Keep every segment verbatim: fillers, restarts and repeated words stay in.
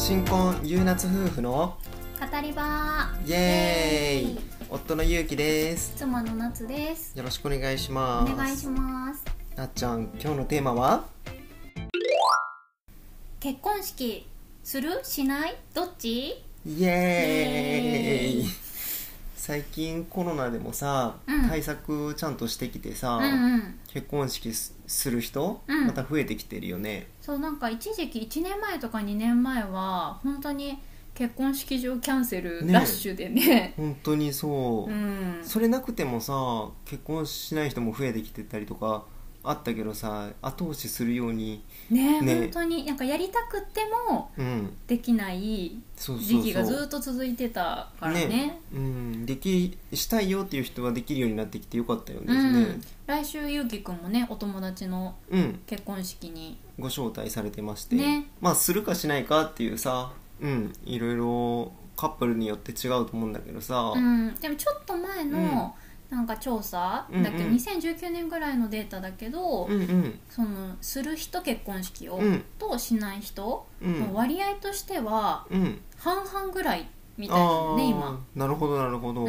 新婚ゆうなつ夫婦の語り場イエーイ。夫のゆうきです。 妻のなつです。 よろしくお願いします。 お願いします。 なっちゃん、今日のテーマは結婚式するしないどっち？ イエーイ。最近コロナでもさ、うん、対策ちゃんとしてきてさ、うんうん、結婚式 す, する人、うん、また増えてきてるよね。 そう、なんか一時期いちねんまえとかにねんまえは本当に結婚式場キャンセルラッシュで ね, ね本当にそう、 うん、 それなくてもさ結婚しない人も増えてきてたりとかあったけどさ、後押しするようにね, ね本当になんかやりたくってもできない時期がずっと続いてたから ね, ね、うん、できしたいよっていう人はできるようになってきてよかったよね、うん、 来週ゆうきくんもねお友達の結婚式に、 うん、ご招待されてまして、 ね、 まあするかしないかっていうさ、うん、いろいろカップルによって違うと思うんだけどさ、 うん、でもちょっと前の、うんなんか調査だけど、うんうん、にせんじゅうきゅうねんぐらいのデータだけど、うんうん、そのする人結婚式を、うん、としない人の割合としては、うん、半々ぐらいみたいなのね今。 なるほどなるほど、 うん、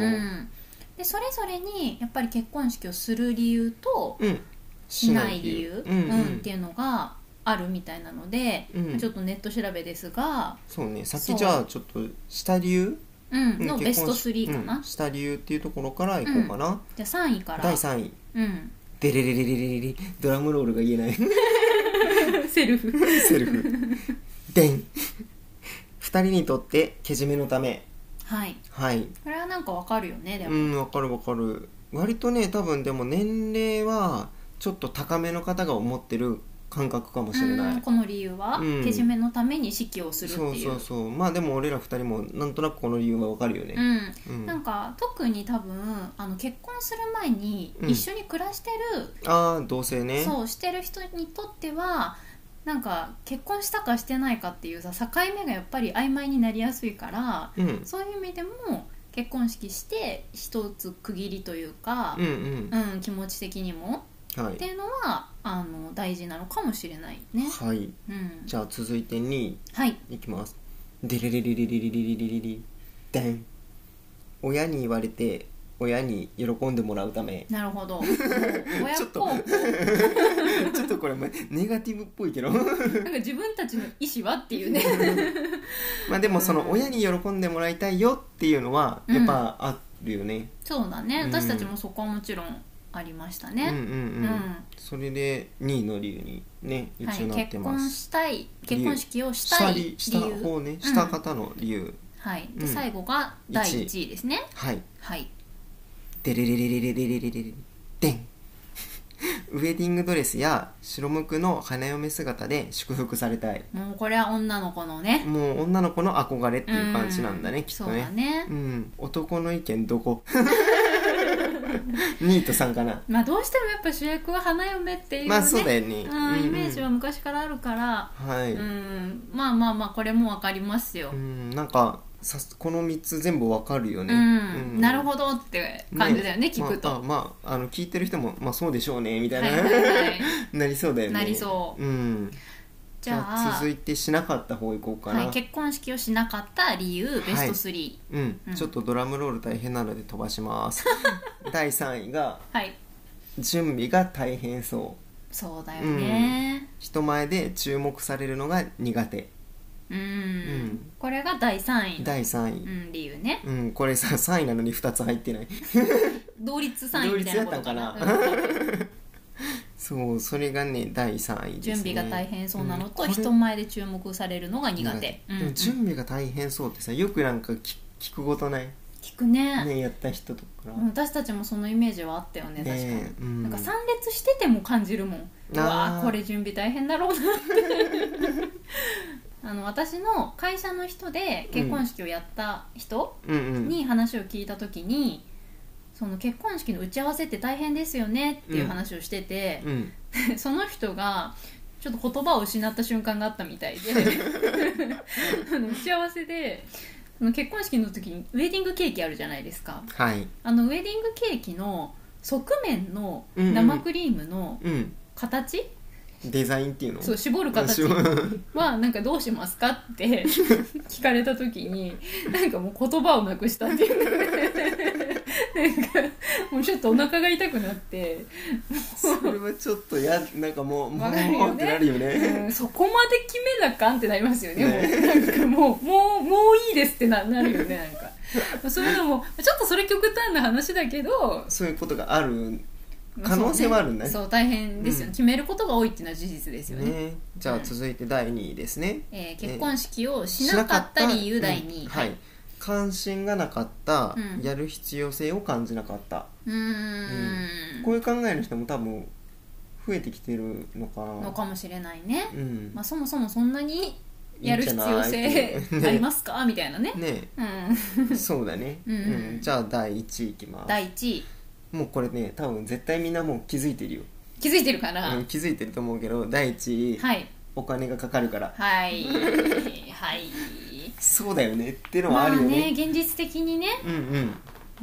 でそれぞれにやっぱり結婚式をする理由と、うん、しない理由、うんうんうん、っていうのがあるみたいなので、うん、ちょっとネット調べですが、 そうね、さっきじゃあちょっとした理由うん、のベストスリーかな、 うん、した理由っていうところからいこうかな、うん、 じゃあさんいからだいさんい、 うん、 デレレレレレレドラムロールが言えないセルフセルフデンふたりにとってけじめのため、 はい、 はい、 これはなんかわかるよね。でもうん、わかるわかる。割とね多分でも年齢はちょっと高めの方が思ってる感覚かもしれない。 うん、この理由は、うん、けじめのために式をするっていう。 そうそうそう。まあでも俺らふたりもなんとなくこの理由はわかるよね。 うん。うん、なんか特に多分あの結婚する前に一緒に暮らしてる、 うん、ああ同性ね。 そうしてる人にとってはなんか結婚したかしてないかっていうさ境目がやっぱり曖昧になりやすいから、うん、そういう意味でも結婚式して一つ区切りというか、うんうんうん、気持ち的にも。はい、っていうのはあの大事なのかもしれないね。 はい、うん、じゃあ続いてにい、 はい、 いきます。デレレレレレレレレレレレデン。親に言われて親に喜んでもらうため。 なるほど。もう親ちょっとちょっとこれネガティブっぽいけどなんか自分たちの意思はっていうねまあでもその親に喜んでもらいたいよっていうのはやっぱあるよね、うん、 そうだね、私たちもそこはもちろんありましたね。 うんうんうんうん、それでにいの理由にね一応なってます。 はい、結婚したい結婚式をしたい理由した方ね、した方の理由、うん、 はい、で、うん、最後がだいいちいですね。 はいはい。 デレレレレレレレレレレデンウェディングドレスや白無垢の花嫁姿で祝福されたい。 もうこれは女の子のね、 もう女の子の憧れっていう感じなんだね、きっとね。 そうだね、 うん、男の意見どこにいとさんかな。 まあどうしてもやっぱ主役は花嫁っていうね、 まあそうだよね、 うん、イメージは昔からあるから、 はい、 うん、まあまあまあこれも分かりますよ。 うん、なんかさこのみっつ全部分かるよね、 うんうん、なるほどって感じだよ ね, ね聞くと、 まあ、まあ、あの聞いてる人も、まあ、そうでしょうねみたいな、 はいはいはい、 なりそうだよね。 なりそう、 うん、じゃあ続いてしなかった方いこうかな、 はい、結婚式をしなかった理由ベストスリー、 はい、うんうん、ちょっとドラムロール大変なので飛ばしますだいさんいが、はい、準備が大変そう。 そうだよね、 うん、人前で注目されるのが苦手。 うん、うん、これがだいさんいのだいさんい、 うん、理由ね、 うん、これささんいなのにふたつ入ってない同率さんいみたいなことかな、 同率やったんかなそうそれがねだいさんいですね。 準備が大変そうなのと、うん、人前で注目されるのが苦手、 うん、でも準備が大変そうってさよくなんか聞くことない？ 聞く ね, ねやった人とか、 私たちもそのイメージはあったよね、確かに、ね、うん、なんか参列してても感じるもん。うわこれ準備大変だろうなってあの私の会社の人で結婚式をやった人に話を聞いた時に、その結婚式の打ち合わせって大変ですよねっていう話をしてて、うんうん、その人がちょっと言葉を失った瞬間があったみたいであの打ち合わせで結婚式の時にウェディングケーキあるじゃないですか、 はい、 あのウェディングケーキの側面の生クリームの形、 デザインっていうのそう絞る形はなんかどうしますかって聞かれた時になんかもう言葉をなくしたっていうなんかもうちょっとお腹が痛くなってそれはちょっとやなんかもうもうってなるよね、 うん、そこまで決めなかんってなりますよね。ねもうなんかもうもうもういいですって な, なるよねなんかそういうのもちょっとそれ極端な話だけどそういうことがある可能性はあるんだね。 そう、大変ですよ、うん、決めることが多いっていうのは事実ですよ ね, ね。じゃあ続いてだいにいですね、 えー、結婚式をしなかった理由だいにい、 うん、はい、関心がなかった、うん、やる必要性を感じなかった。 うーん、うん、 こういう考えの人も多分増えてきてるのかなのかもしれないね、 うんまあ、そもそもそんなにやる必要性ありますか、ね、みたいなね。 ね、うん、そうだね、うんうん、じゃあだいいちいいきます。 だいいちい、 もうこれね多分絶対みんなもう気づいてるよ。 気づいてるかな、 うん、気づいてると思うけどだいいちい、はい、お金がかかるから。 はいはいそうだよねっていうのはあるよね。 まあね、現実的にね、 うんうんうん、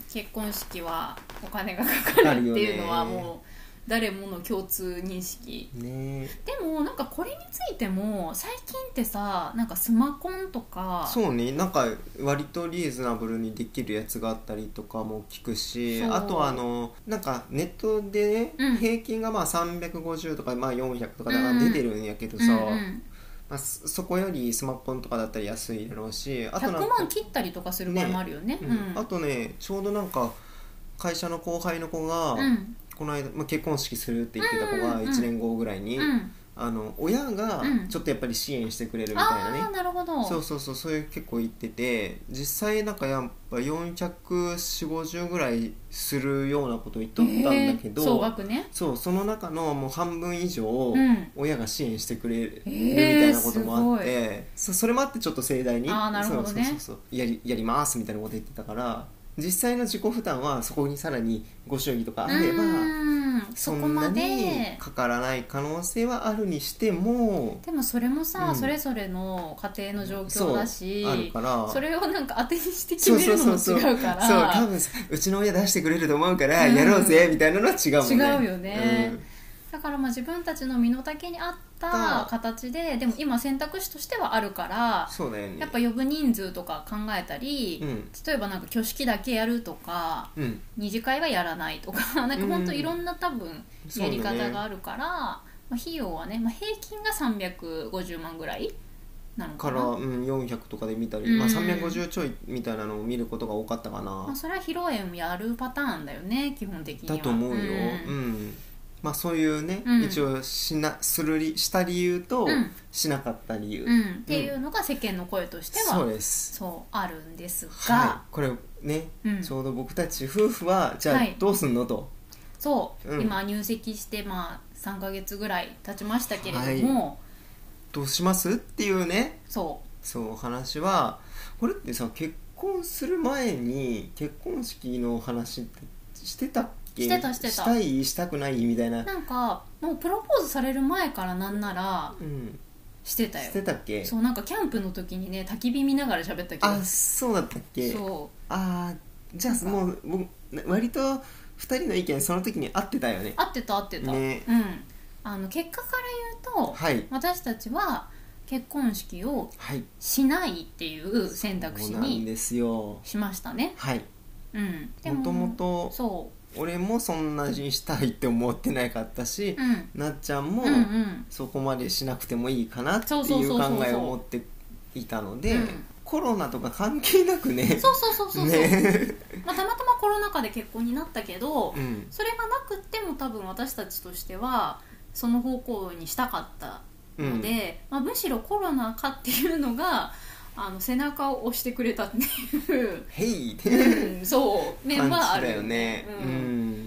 結婚式はお金がかかるっていうのはもう誰もの共通認識、 ね、 でもなんかこれについても最近ってさなんかスマコンとかそうねなんか割とリーズナブルにできるやつがあったりとかも聞くし、あとはあのなんかネットでね、うん、平均がまあさんびゃくごじゅうとか、まあ、よんひゃくとか出てるんやけどさ、うんうんうんまあ、そこよりスマホンとかだったら安いだろうし、あとなんかひゃくまん切ったりとかする場合もあるよね、ねうん、あとねちょうどなんか会社の後輩の子が、うんこの間、まあ、結婚式するって言ってた子がいちねんごぐらいに、うんうん、あの親がちょっとやっぱり支援してくれるみたいなね、 うん、あなるほどそうそうそうそういう結構言ってて実際なんかやっぱよんひゃくよんじゅうごじゅうぐらいするようなこと言っとったんだけど、 えー、総額ねそうその中のもう半分以上、うん、親が支援してくれるみたいなこともあって、えー、そ, それもあってちょっと盛大にあなるほど、ね、 そうそうそうそう や, りやりますみたいなこと言ってたから実際の自己負担はそこにさらにご祝儀とかあればそんなにかからない可能性はあるにしてもでもそれもさ、うん、それぞれの家庭の状況だしあるからそれをなんか当てにして決めるのも違うからそう多分うちの親出してくれると思うからやろうぜ、うん、みたいなのは違うもんね。 違うよね、うんだからまあ自分たちの身の丈に合った形ででも今選択肢としてはあるからそうだよね、 やっぱ呼ぶ人数とか考えたり、うん、例えばなんか挙式だけやるとか、うん、二次会はやらないとかなんか本当いろんな多分やり方があるから、うんねまあ、費用はね、まあ、平均がさんびゃくごじゅうまんぐらいなのかなから、うん、よんひゃくとかで見たり、うんまあ、さんびゃくごじゅうちょいみたいなのを見ることが多かったかな、 まあ、それは披露宴やるパターンだよね基本的にはだと思うよ、うんうんまあ、そういうね、うん、一応しなするりした理由と、うん、しなかった理由、 うん、っていうのが世間の声としては、 そうですそうあるんですが、 はい、これね、うん、ちょうど僕たち夫婦はじゃあどうすんの、はい、とそう、今入籍してまあさんかげつぐらい経ちましたけれども、はい、 どうしますっていうねそうそう話はこれってさ結婚する前に結婚式の話ってしてたっけしてたしてたしたいしたくないみたいななんかもうプロポーズされる前からなんなら、うん、してたよしてたっけそうなんかキャンプの時にね焚き火見ながら喋ったけどあそうだったっけそうあじゃあもう僕割とふたりの意見その時に合ってたよね合ってた合ってた、ねうん、あの結果から言うと、はい、私たちは結婚式をしないっていう選択肢にしましたねはい、 うん、でももともとそう俺もそんなにしたいって思ってなかったし、うん、なっちゃんもそこまでしなくてもいいかなっていう考えを持っていたので、うん、コロナとか関係なくねそうそうそうそう、ねまあ、たまたまコロナ禍で結婚になったけど、うん、それがなくっても多分私たちとしてはその方向にしたかったので、うんまあ、むしろコロナ禍っていうのがあの背中を押してくれたっていうヘイうん、そう面はあるよね、うんうん、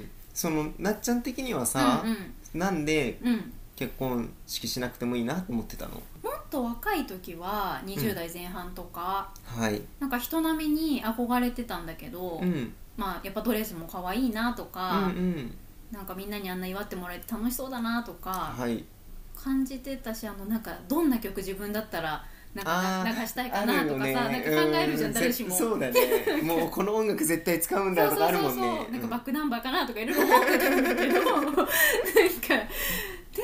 そのなっちゃん的にはさ、うんうん、なんで結婚式しなくてもいいなと思ってたの？もっと若い時はにじゅう代前半とか、 うんはい、 なんか人並みに憧れてたんだけど、うんまあ、やっぱドレスも可愛いなとか、うんうん、なんかみんなにあんな祝ってもらえて楽しそうだなとか、はい、感じてたしあのなんかどんな曲自分だったらなんか流したいかなとかさ、ね、なんか考えるじゃん、誰しも。 そうだねもうこの音楽絶対使うんだとかあるもんね。 そうそうそうそうなんかバックナンバーかなとかいろいろ思ってたんだけどなんかで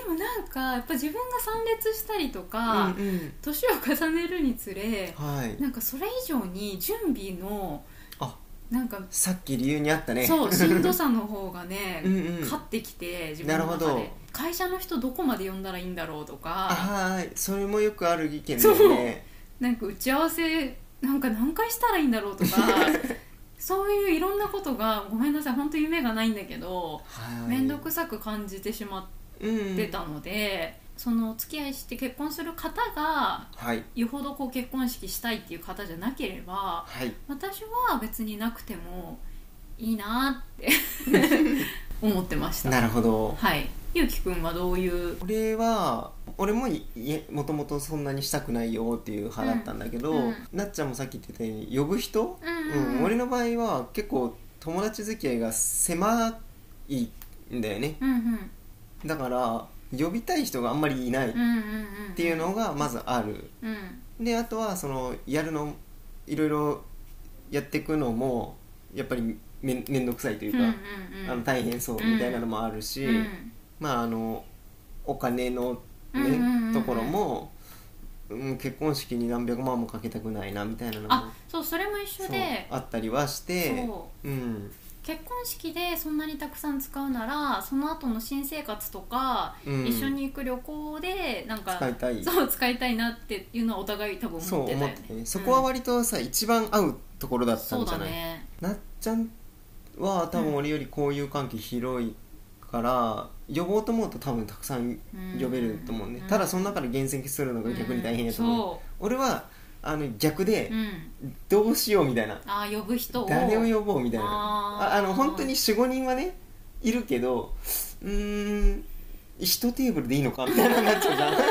もなんかやっぱ自分が参列したりとか、うんうん、年を重ねるにつれ、はい、なんかそれ以上に準備のなんかさっき理由にあったね、 そうしんどさの方がねうん、うん、勝ってきて、自分の中でなるほど、 会社の人どこまで呼んだらいいんだろうとか、 はい、それもよくある意見だよね。 なんか打ち合わせなんか何回したらいいんだろうとかそういういろんなことが、ごめんなさい本当夢がないんだけど、はい、めんどくさく感じてしまってたので、うん、そのお付き合いして結婚する方が、はい、よほどこう結婚式したいっていう方じゃなければ、はい、私は別になくてもいいなって思ってました。 なるほど。 はい。ゆうきくんはどういう？ 俺は俺ももともとそんなにしたくないよっていう派だったんだけど、うんうん、なっちゃんもさっき言ってたように呼ぶ人、うんうんうんうん、俺の場合は結構友達付き合いが狭いんだよね、うんうん、だから呼びたい人があんまりいないっていうのがまずある、うんうん、であとはそのやるのいろいろやっていくのもやっぱり め, めんどくさいというか、うんうんうん、あの大変そうみたいなのもあるし、うん、まああのお金の、ねうんうんうんうん、ところも、うん、結婚式に何百万もかけたくないなみたいなのもあそうそれも一緒であったりはして、そう、うん、 結婚式でそんなにたくさん使うならその後の新生活とか、うん、一緒に行く旅行でなんか使いたいそう使いたいなっていうのはお互い多分思ってたよね。そう思ってね、 そこは割とさ、うん、一番合うところだったんじゃない？そうだね。なっちゃんは多分俺より交友関係広いから、うん、呼ぼうと思うと多分たくさん呼べると思うね、うん、ただその中で厳選するのが逆に大変やと思う、うん、そう俺はあの逆で、うん、どうしようみたいな、 あ呼ぶ人を誰を呼ぼうみたいな、ああの本当に よん,ご 人はねいるけど、うーんいちテーブルでいいのかみたいなになっちゃうじゃん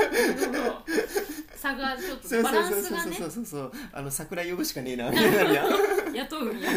差がちょっとバランスがね、 そうそうそうそうそう、あの桜呼ぶしかねえなみたいなるやん雇うんや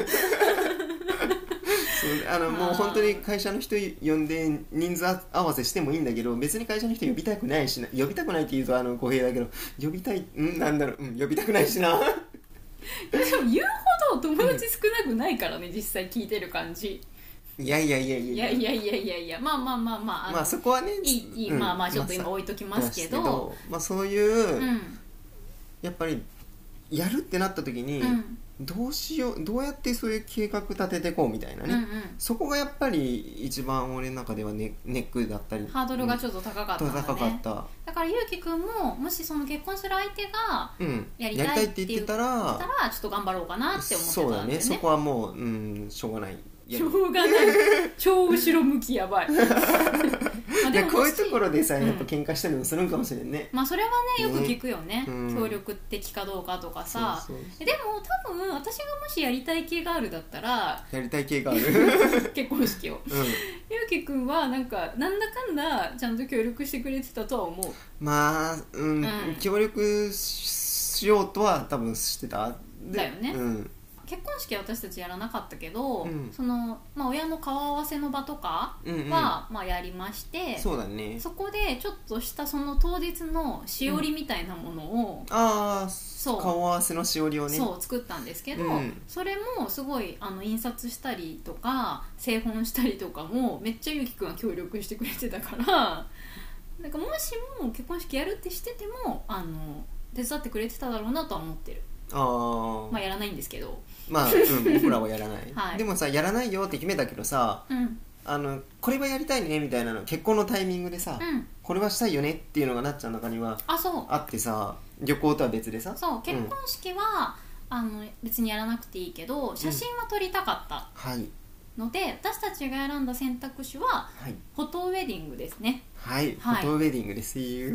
そうあのもう本当に会社の人呼んで人数合わせしてもいいんだけど、別に会社の人呼びたくないしな、呼びたくないって言うとあの語弊だけど、呼びたいんなんだろう、うん、呼びたくないしなでも言うほど友達少なくないからね、うん、実際聞いてる感じ。 いやいやいやいやいやいやいやいやいやまあまあまあまあまあそこはねいいいい、うん、まあまあちょっと今置いときますけど、まあ、 まあ、そういう、うん、やっぱりやるってなった時に、うんどうしようどうやってそういう計画立てていこうみたいなね、うんうん、そこがやっぱり一番俺の中では ネ, ネックだったり、 ハードルがちょっと高かったんだね、 高かった。 だからゆうきくんももしその結婚する相手がやりたいって言ってたら、うん、たらちょっと頑張ろうかなって思ってたんだよね。 そうだね、そこはもう、うん、しょうがない、 しょうがない超後ろ向きやばいまあでもこういうところでさ、やっぱ喧嘩したりもするんかもしれんね、 うん、まあそれはねよく聞くよね、うん、協力的かどうかとかさ。そうそうそう、でも多分私がもしやりたい系があるだったらやりたい系がある結婚式を、うん、ゆうきくんはなんかなんだかんだちゃんと協力してくれてたとは思う。 まあ、うん、うん、協力しようとは多分してただよね、うん、結婚式は私たちやらなかったけど、うん、そのまあ、親の顔合わせの場とかは、うんうん、まあ、やりまして、 そうだね、 そこでちょっとしたその当日のしおりみたいなものを、 うん、ああそう顔合わせのしおりをねそう作ったんですけど、うん、それもすごいあの印刷したりとか製本したりとかもめっちゃゆきくんが協力してくれてたからなんかもしも結婚式やるってしててもあの手伝ってくれてただろうなとは思ってる。あまあやらないんですけどまあ、うん、僕らはやらない、はい、でもさやらないよって決めたけどさ、うん、あのこれはやりたいねみたいなの結婚のタイミングでさ、うん、これはしたいよねっていうのがなっちゃんの中には あ, そうあってさ、旅行とは別でさ、 そう結婚式は、うん、あの別にやらなくていいけど写真は撮りたかったので、うんはい、私たちが選んだ選択肢は、はい、フォトウェディングですね。 はい、はい、フォトウェディングですよ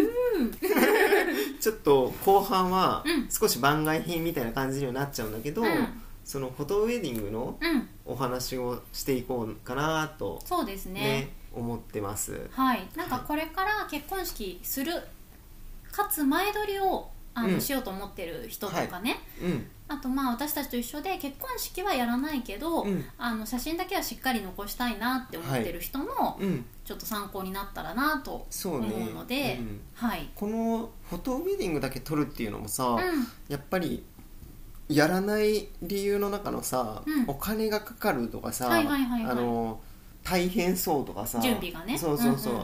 ちょっと後半は少し番外編みたいな感じにはなっちゃうんだけど、うん、そのフォトウェディングのお話をしていこうかなと、ね、 そうですね思ってます。 はい、なんかこれから結婚式するかつ前撮りをあの、うん、しようと思ってる人とかね、はいうん、あとまあ私たちと一緒で結婚式はやらないけど、うん、あの写真だけはしっかり残したいなって思ってる人の、はいうん、ちょっと参考になったらなと思うので、ねうんはい、 このフォトウェディングだけ撮るっていうのもさ、うん、やっぱりやらない理由の中のさ、うん、お金がかかるとかさ、はいはいはいはい、あの大変そうとかさ準備がねそうそうそう、うんうん、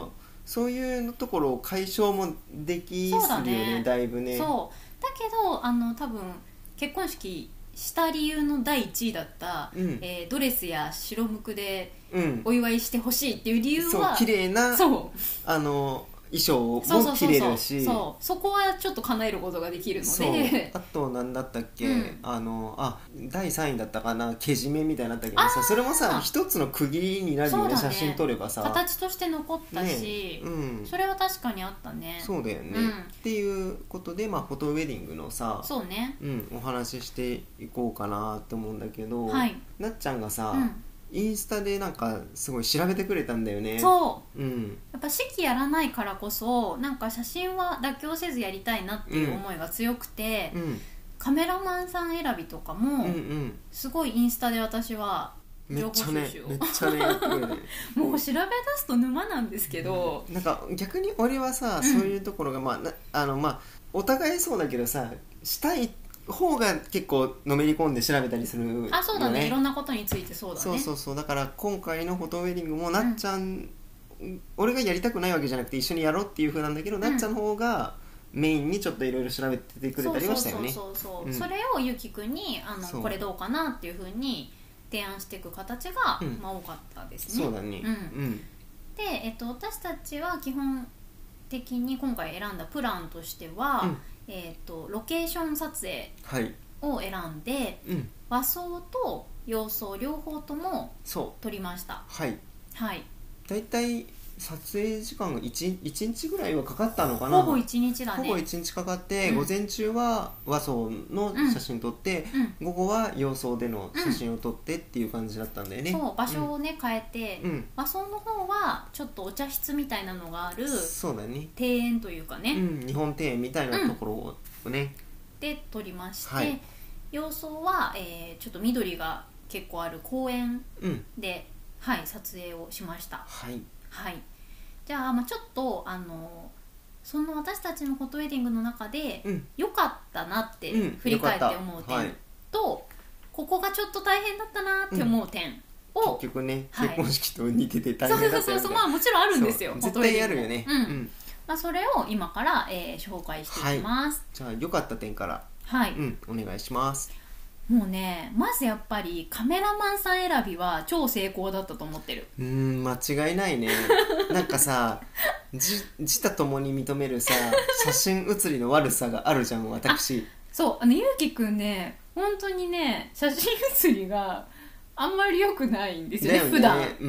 そういうところを解消もできするよ ね, ねだいぶね。 そうだけどあの多分結婚式した理由のだいいちいだった、うんえー、ドレスや白むくでお祝いしてほしいっていう理由は、 うん、そう綺麗なそうあの衣装も着れるし、 そうそこはちょっと叶えることができるので、 あと何だったっけ、うん、あのあだいさんいだったかな、けじめみたいになったけどさ、それもさ一つの区切りになるよ ね, ね写真撮ればさ形として残ったし、ねうん、それは確かにあったね。 そうだよね、うん、っていうことで、まあ、フォトウェディングのさそうね、 うん、お話ししていこうかなと思うんだけど、 はい、 なっちゃんがさ、うんインスタでなんかすごい調べてくれたんだよね。 そう、 うん、 やっぱ式やらないからこそなんか写真は妥協せずやりたいなっていう思いが強くて、うん、カメラマンさん選びとかもすごいインスタで私は情報収集をめっちゃね、めっちゃねもう調べ出すと沼なんですけど、 うん、なんか逆に俺はさ、そういうところがまああのまあお互いそうだけどさ、したい方が結構のめり込んで調べたりするよね。 あ、そうだね、いろんなことについてそうだね。 そうそうそう、だから今回のフォトウェディングもなっちゃん、うん、俺がやりたくないわけじゃなくて一緒にやろうっていう風なんだけど、うん、なっちゃんの方がメインにちょっといろいろ調べてくれたりはしたよね。 そうそうそうそう、うん、それをゆきくんにあのこれどうかなっていう風に提案していく形が、うんまあ、多かったですね。 そうだね、 うんうん、で、えっと、私たちは基本的に今回選んだプランとしては、うんえー、とロケーション撮影を選んで、はいうん、和装と洋装両方とも撮りました。 はい、 はい、 だいたい撮影時間が 1, いちにちぐらいはかかったのかな。 ほぼいちにちだね。 ほぼいちにちかかって、うん、午前中は和装の写真撮って、うん、午後は洋装での写真を撮ってっていう感じだったんだよね。 そう場所をね、うん、変えて、うん、和装の方はちょっとお茶室みたいなのがあるそうだね、 庭園というかね、 うん、日本庭園みたいなところをね、 で撮りまして、はい、洋装は、えー、ちょっと緑が結構ある公園で、はい、撮影をしました。 はい、 はい、じゃあ、まあ、ちょっとあのその私たちのフォトウェディングの中で良、うん、かったなって振り返って思う点、うんはい、とここがちょっと大変だったなって思う点を、 うん、結局ね、はい、結婚式と似てて大変だったよね。 そうそうそう、まあもちろんあるんですよ、 絶対あるよね、 うんうんまあ、それを今から、えー、紹介していきます、 はい、じゃあ良かった点から、 はいうん、お願いします。 もうね、まずやっぱりカメラマンさん選びは超成功だったと思ってる。 うーん、間違いないねなんかさ、じ自他ともに認めるさ写真写りの悪さがあるじゃん、私。 そう、あのゆうきくんね、本当にね、写真写りがあんまり良くないんですよね、 だよね、 普段。 うん、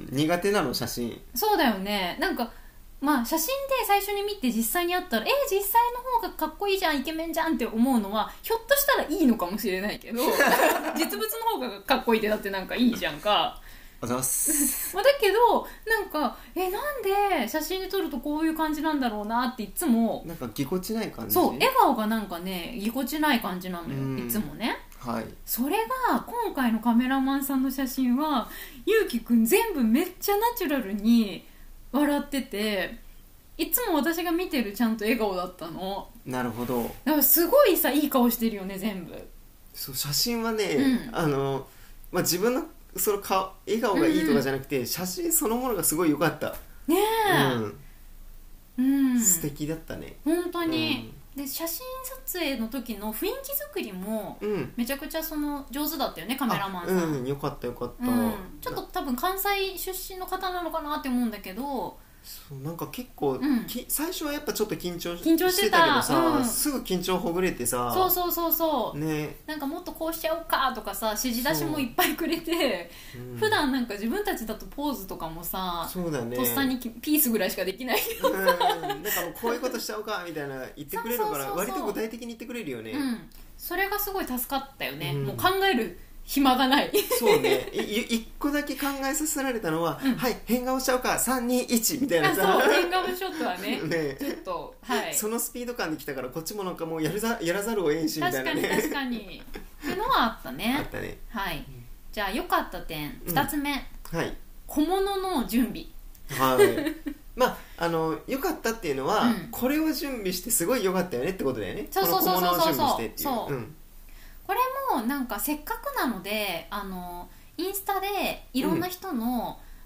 苦手なの、写真。 そうだよね、なんかまあ写真で最初に見て実際に会ったら、えー、実際の方がかっこいいじゃん、イケメンじゃんって思うのはひょっとしたらいいのかもしれないけど実物の方がかっこいいって、だってなんかいいじゃんか。 あざっすまあだけどなんかえなんで写真で撮るとこういう感じなんだろうなっていつもなんかぎこちない感じ。 そう、笑顔がなんかねぎこちない感じなのよ、いつもね。 はい、 それが今回のカメラマンさんの写真はゆうきくん全部めっちゃナチュラルに笑ってて、いつも私が見てるちゃんと笑顔だったの。 なるほど。 だからすごいさ、いい顔してるよね、全部。 そう、写真はね、うん、あの、まあ、自分のその顔笑顔がいいとかじゃなくて、うん、写真そのものがすごい良かった。 ねえ、うん、 うん、素敵だったね、 本当に、うん、で写真撮影の時の雰囲気作りもめちゃくちゃその上手だったよね、カメラマンさん。 うん、よかったよかった、 うん、ちょっと多分関西出身の方なのかなって思うんだけど、 そうなんか結構、うん、き最初はやっぱちょっと緊張し緊張してたしてたけどさ、 うん、 すぐ緊張ほぐれてさ、 そうそうそうそう、 ね、 なんかもっとこうしちゃおうかとかさ、指示出しもいっぱいくれて、うん、普段なんか自分たちだとポーズとかもさ、 そうだね、 とっさにピースぐらいしかできないけどさ、うん、 なんかもうこういうことしちゃおうかみたいな言ってくれるから、割と具体的に言ってくれるよね、 うん、それがすごい助かったよね、うん、もう考える暇がないそうね、一個だけ考えさせられたのは、うん、はい、変顔しちゃおうかさんにいちみたいなさ、 あ、そう変顔ショットは ね, ねちょっと、はい、 そのスピード感で来たからこっちもなんかもうやるざやらざるをえんしみたいなね。 確かに確かにっていうのはあったね。 あったね。 はい、じゃあ良かった点ふたつめ、 うん、はい、 小物の準備。 はいまあ、あの良かったっていうのは、うん、これを準備してすごい良かったよねってことだよね。 そうそうそうそうそうそうそう、 うん、 これもなんかせっかくなので、あのインスタでいろんな人の、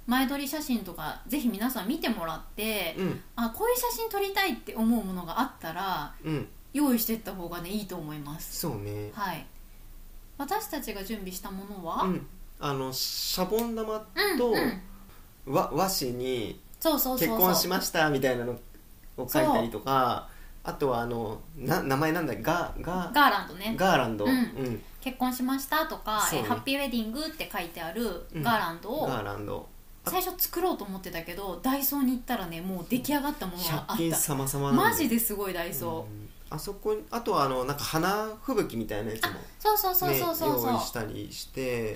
前撮り写真とかぜひ皆さん見てもらって、うん、あこういう写真撮りたいって思うものがあったら、うん、用意していった方がねいいと思います。 そうね、 はい、私たちが準備したものは、 うん、あのシャボン玉と、うんうん、和, 和紙に結婚しましたみたいなのを書いたりとか、あとはあのな名前なんだっけ、ガガガーランドね、 ガーランド、うんうん、 結婚しましたとか、ね、ハッピーウェディングって書いてあるガーランドを、 うん、ガーランド最初作ろうと思ってたけどダイソーに行ったらねもう出来上がったものがあった。 ひゃっ均様々なんでマジですごいダイソー、うん、 あそこにあとはあのなんか花吹雪みたいなやつも、ね、 そうそうそうそうそう用意したりして、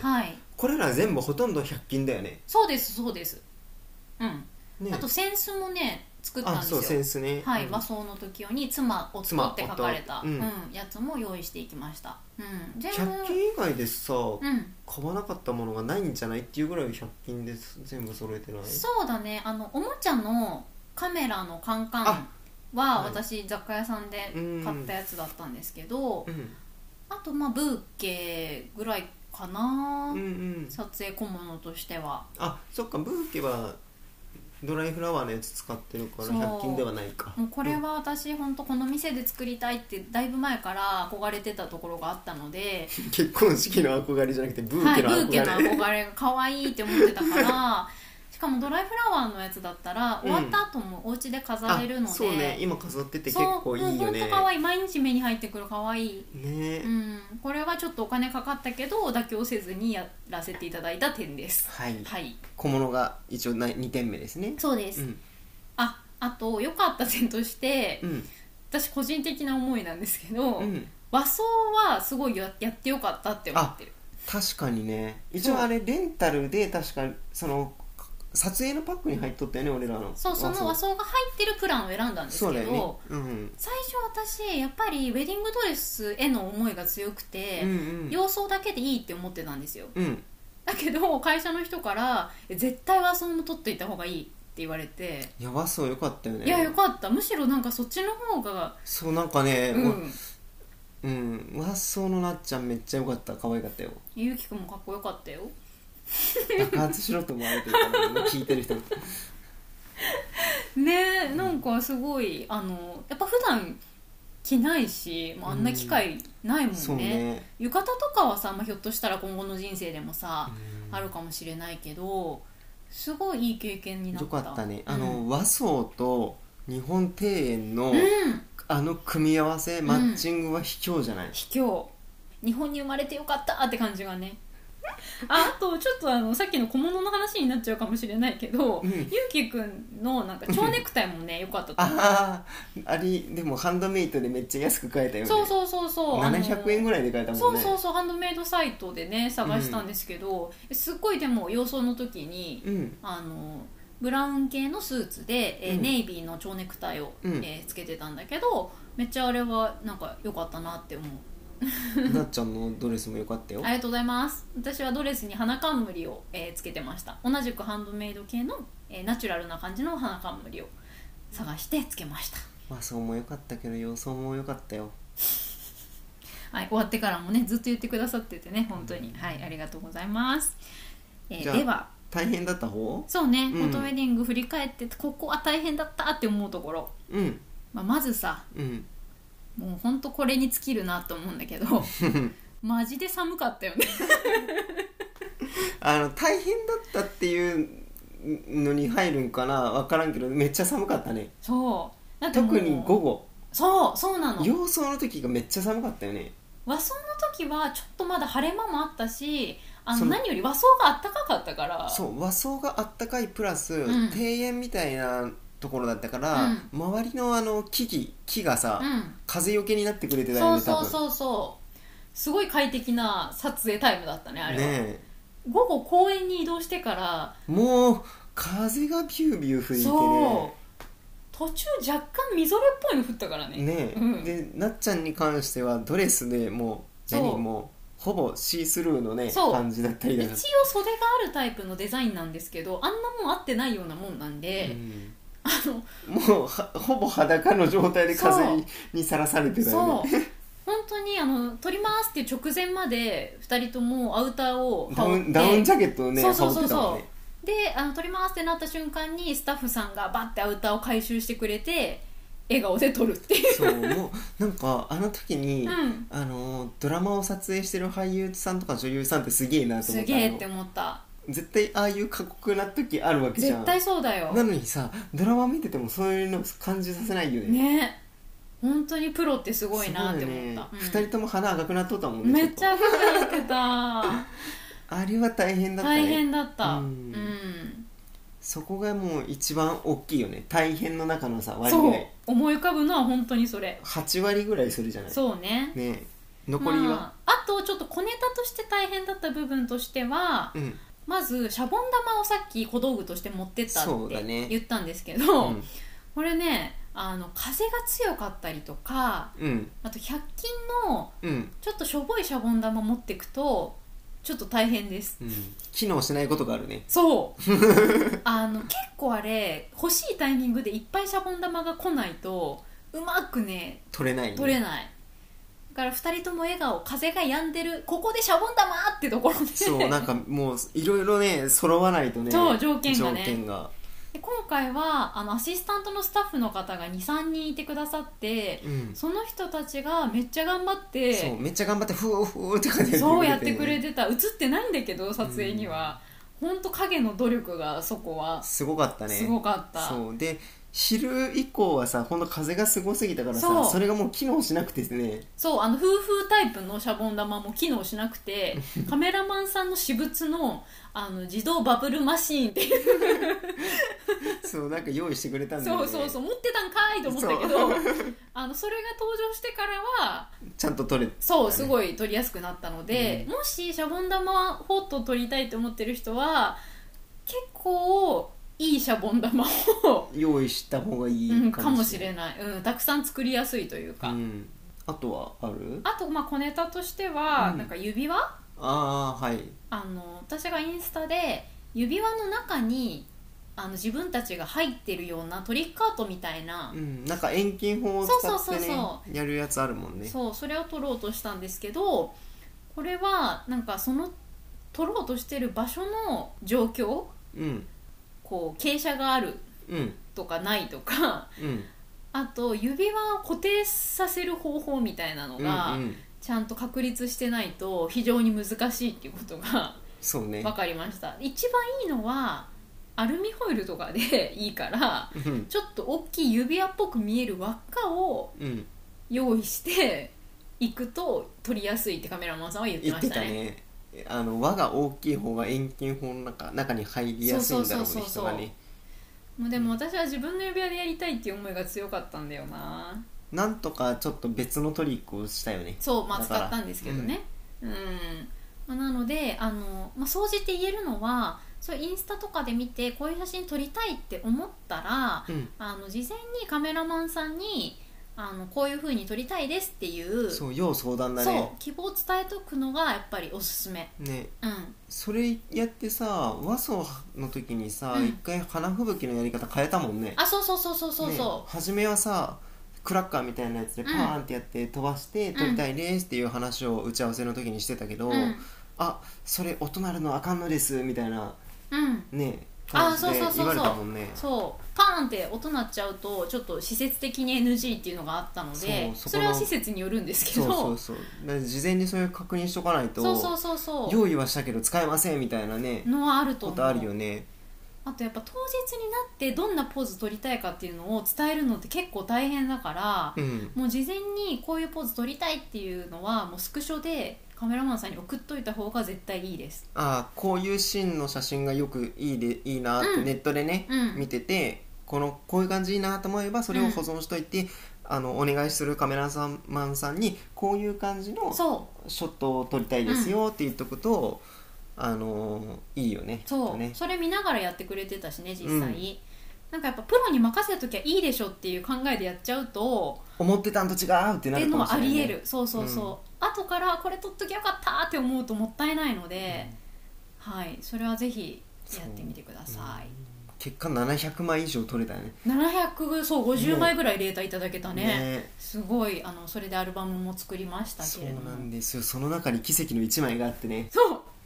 はい、 これら全部ほとんどひゃっ均だよね。 そうですそうです、うん、ね、あと扇子もね作ったんですよ。 あそう扇子ね、 はい、うん、和装の時用に妻夫って書かれた、うんうん、やつも用意していきました、うん、全部ひゃっ均以外でさ、うん、買わなかったものがないんじゃないっていうぐらいひゃっ均で全部揃えてない。 そうだね、あのおもちゃのカメラのカンカンは私雑貨屋さんで買ったやつだったんですけど、うん、あとまあブーケぐらいかな、うんうん、撮影小物としては。 あそっか、ブーケはドライフラワーのやつ使ってるからひゃっ均ではないか。 もうこれは私本当この店で作りたいってだいぶ前から憧れてたところがあったので結婚式の憧れじゃなくてブーケの憧れ、はい、 ブーケの憧れが可愛いって思ってたからしかもドライフラワーのやつだったら、うん、終わった後もお家で飾れるので、 そうね、今飾ってて結構いいよね。そう、ほんと可愛い、毎日目に入ってくる可愛いね、 うん、これはちょっとお金かかったけど妥協せずにやらせていただいた点です。 はい、はい、小物が一応にてんめですね。 そうです、うん、ああと良かった点として、うん、私個人的な思いなんですけど、うん、和装はすごい や, やってよかったって思ってる。 確かにね、一応あれレンタルで確かその撮影のパックに入っとったよね、俺らの。 そう、その和装が入ってるプランを選んだんですけど、 ね、うん、 最初私やっぱりウェディングドレスへの思いが強くて、うんうん、洋装だけでいいって思ってたんですよ、うん、だけど会社の人から絶対和装も取っていた方がいいって言われて。 いや和装よかったよね。 いやよかった、むしろなんかそっちの方が。 そうなんかね、うんうん、和装のなっちゃんめっちゃよかった、可愛かったよ。 ゆうきくんもかっこよかったよ。 爆発しろと思われてるからね聞いてる人もねえ、なんかすごいあのやっぱ普段着ないし、もうあんな機会ないもんね、うん、ね、浴衣とかはさ、まあ、ひょっとしたら今後の人生でもさ、うん、あるかもしれないけどすごいいい経験になった。 よかったね、あの、うん、和装と日本庭園の、うん、あの組み合わせマッチングは卑怯じゃない、うん、 卑怯。日本に生まれてよかったって感じがね。あ, あとちょっとあのさっきの小物の話になっちゃうかもしれないけど、うん、ゆうきくんのなんか蝶ネクタイもね良かったと思う。 ああれでもハンドメイドでめっちゃ安く買えたよね。 そうそうそうそう、 ななひゃくえんぐらいで買えたもんね。 そうそうそう、ハンドメイドサイトでね探したんですけど、うん、すっごいでも洋装の時に、うん、あのブラウン系のスーツで、えーうん、ネイビーの蝶ネクタイを、うんえー、つけてたんだけど、めっちゃあれはなんか良かったなって思う。 なっちゃんのドレスも良かったよ。 ありがとうございます。私はドレスに花冠を、えー、つけてました。同じくハンドメイド系の、えー、ナチュラルな感じの花冠を探してつけました。 和装も良かったけど洋装も良かったよ。 はい、終わってからもねずっと言ってくださっててね本当に、はい、ありがとうございます。えー、では大変だった方？ そうね、うん、フォトウェディング振り返ってここは大変だったって思うところ、うんまあ、まずさ、うんもうほんとこれに尽きるなと思うんだけどマジで寒かったよねあの大変だったっていうのに入るんかな分からんけどめっちゃ寒かったね。 そうだって特に午後。 そうそうなの。 洋装の時がめっちゃ寒かったよね。 和装の時はちょっとまだ晴れ間もあったし、あの何より和装があったかかったから。 そう和装があったかいプラス、うん、庭園みたいなところだったから、うん、周りのあの木々木がさ、うん、風よけになってくれてたよね。 そうそうそうそうすごい快適な撮影タイムだったねあれは。ね午後公園に移動してからもう風がビュービュー吹いてね。 そう途中若干みぞれっぽいの降ったからね。 ね、うん、でなっちゃんに関してはドレスでもう何もうほぼシースルーのね感じだったりだから一応袖があるタイプのデザインなんですけどあんなもん合ってないようなもんなんで、うんあのもうほぼ裸の状態で風にさらされてたよね。そう本当にあの撮りますっていう直前までふたりともアウターを羽織ってダウン、ダウンジャケットをねそうそうそうそう羽織ってたもんね。 であの撮りますってなった瞬間にスタッフさんがバッてアウターを回収してくれて笑顔で撮るっていう。 そうもうなんかあの時に、 うん、 あのドラマを撮影してる俳優さんとか女優さんってすげえなと思った。 すげえって思った。 絶対ああいう過酷な時あるわけじゃん。 絶対そうだよ。 なのにさドラマ見ててもそういうの感じさせないよね。 ね、本当にプロってすごいなって思った、ね、うん、 ふたりとも鼻赤くなっとったもんね。 めっちゃ赤くなってたあれは大変だったね。 大変だった、うん、うん、 そこがもう一番大きいよね。大変の中のさ割合、 そう思い浮かぶのは本当にそれ。 はち割ぐらいするじゃない。 そうね。 ね残りは、 まあ、あとちょっと小ネタとして大変だった部分としては、うん、まずシャボン玉をさっき小道具として持ってったって言ったんですけど、うん、これねあの風が強かったりとか、うん、あとひゃく均のちょっとしょぼいシャボン玉持っていくとちょっと大変です、うん、 機能しないことがあるね。 そうあの結構あれ欲しいタイミングでいっぱいシャボン玉が来ないとうまくね取れない、ね、 取れない。だからふたりとも笑顔、風が止んでる、ここでシャボン玉ってところでそうなんかもういろいろね揃わないとね。 そう条件がね。 条件がで今回はあのアシスタントのスタッフの方が にさんにんいてくださって、うん、その人たちがめっちゃ頑張ってそうめっちゃ頑張ってフーフーって感じでそうやってくれてた。映ってないんだけど撮影には、うん、ほんと影の努力がそこはすごかったね。 すごかった。 そうで昼以降はさほんと風がすごすぎたからさ そ, それがもう機能しなくてですね。 そうあの風風タイプのシャボン玉も機能しなくてカメラマンさんの私物 の, あの自動バブルマシーンっていうそうなんか用意してくれたんだよね。 そうそうそう持ってたんかいと思ったけどあのそれが登場してからはちゃんと撮れた、ね、 そうすごい撮りやすくなったので、うん、もしシャボン玉ホット撮りたいと思ってる人は結構いいシャボン玉を用意した方がいいかもしれない、うん、 かもしれない、うん、たくさん作りやすいというか、うん、 あとはある？ あとまあ小ネタとしては、うん、なんか指輪ああはいあの私がインスタで指輪の中にあの自分たちが入ってるようなトリックアートみたいな、 うん、なんか遠近法を使ってねそうそうそうそうやるやつあるもんね。 そうそれを撮ろうとしたんですけどこれはなんかその撮ろうとしてる場所の状況、うんこう傾斜があるとかないとか、うん、あと指輪を固定させる方法みたいなのがちゃんと確立してないと非常に難しいっていうことが分かりました、ね、一番いいのはアルミホイルとかでいいから、うん、ちょっと大きい指輪っぽく見える輪っかを用意していくと撮りやすいってカメラマンさんは言ってましたね。 言ってたね。あの輪が大きい方が遠近法の 中, 中に入りやすいんだろうね人がね。 でも私は自分の指輪でやりたいっていう思いが強かったんだよな。 なんとかちょっと別のトリックをしたよね。 そうまあ使ったんですけどね、うんうんまあ、なのであの、まあ、総じて言えるのはそうインスタとかで見てこういう写真撮りたいって思ったら、うん、あの事前にカメラマンさんにあのこういう風に撮りたいですっていうそう要相談だね。 そう希望を伝えとくのがやっぱりおすすめね、うん、それやってさ和装の時にさ、うん、一回花吹雪のやり方変えたもんね。 あそうそうそうそうそうそう、ね、 初めはさクラッカーみたいなやつでパーンってやって飛ばして撮りたいですっていう話を打ち合わせの時にしてたけど、うん、あそれ音鳴るのあかんのですみたいな、うん、ね感じで言われたもんね。 そうパーンって音鳴っちゃうとちょっと施設的に エヌジー っていうのがあったので そ, それは施設によるんですけどそうそうそう事前にそれを確認しとかないとそうそうそうそう用意はしたけど使えませんみたいなねのはあると思う。 ことあるよね。 あとやっぱ当日になってどんなポーズ撮りたいかっていうのを伝えるのって結構大変だから、うん、もう事前にこういうポーズ撮りたいっていうのはもうスクショでカメラマンさんに送っといた方が絶対いいです。 ああこういうシーンの写真がよくいいでいいなってネットでね、うん、見ててこのこういう感じいいなと思えばそれを保存しといて、うん、あのお願いするカメラマンさんにこういう感じのショットを撮りたいですよって言っとくと、うん、あのいいよね。 そうねそれ見ながらやってくれてたしね実際、うん、なんかやっぱプロに任せた時はいいでしょっていう考えでやっちゃうと思ってたんと違うってなるかもしれない、ね、っていうのはあり得る。そうそうそう、うん後からこれ撮っときゃよかったって思うともったいないので、うん、はいそれはぜひやってみてください、うん、 結果ななひゃくまい以上撮れたよね。 ななひゃくそうごじゅうまいぐらいデータいただけた ね, ねすごいあのそれでアルバムも作りましたけれどもそうなんですよ。その中に奇跡のいちまいがあってねそう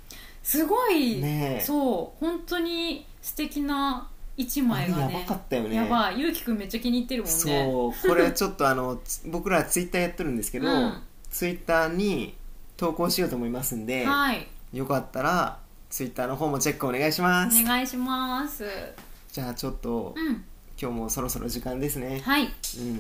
すごい、 ね、 そう本当に素敵ないちまいがね、 やばかったよね。 やばい、ゆうきくんめっちゃ気に入ってるもんね。 そうこれちょっとあの僕らツイッターやってるんですけど、うん、ツイッターに投稿しようと思いますんで、はい、よかったらツイッターの方もチェックお願いします。 お願いします。 じゃあちょっと、うん、今日もそろそろ時間ですね。 はい、 うん、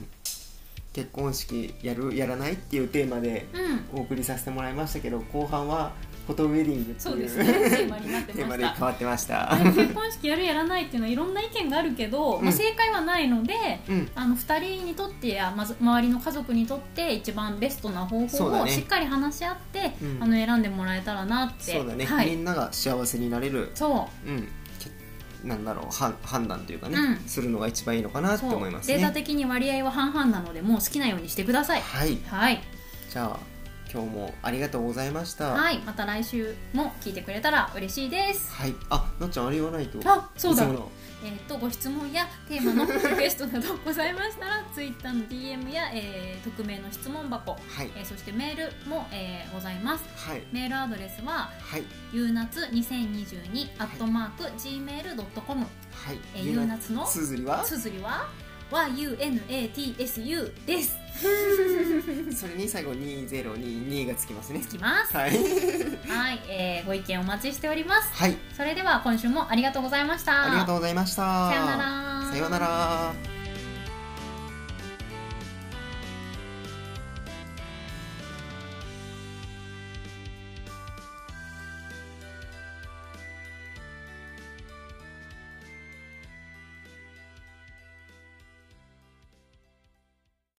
結婚式やるやらないっていうテーマでお送りさせてもらいましたけど、後半はフォトウェディングっていう、 そうですね、テーマになってました。テーマで変わってました。 結婚式やるやらないっていうのはいろんな意見があるけど、うん、まあ、正解はないので、うん、あのふたりにとってや、まず周りの家族にとって一番ベストな方法をしっかり話し合って、ね、うん、あの選んでもらえたらなって。 そうだね、はい、みんなが幸せになれる、そう、うん、なんだろう、判断というかね、うん、するのが一番いいのかなって思いますね。 データ的に割合は半々なので、もう好きなようにしてください。 はい、 はい、 じゃあ今日もありがとうございました。 はい、また来週も聞いてくれたら嬉しいです。 はい、あ、なっちゃんあれ言わないと。 あ、そうだ、えー、とご質問やテーマのリクエストなどございましたらツイッターの ディーエム や、えー、匿名の質問箱、はい、えー、そしてメールも、えー、ございます。はい、メールアドレスは、はい、ゆうなつにせんにじゅうに アットマーク ジーメールドットコム、はい、えー、ゆうなつのつづりはつづりは ワイユーエヌエーティーエスユー です。 それに最後にせんにじゅうにがつきますね。 つきます。 はい、 はい、えー、ご意見お待ちしております。 はい、 それでは今週もありがとうございました。 ありがとうございました。 さようなら。 さようなら。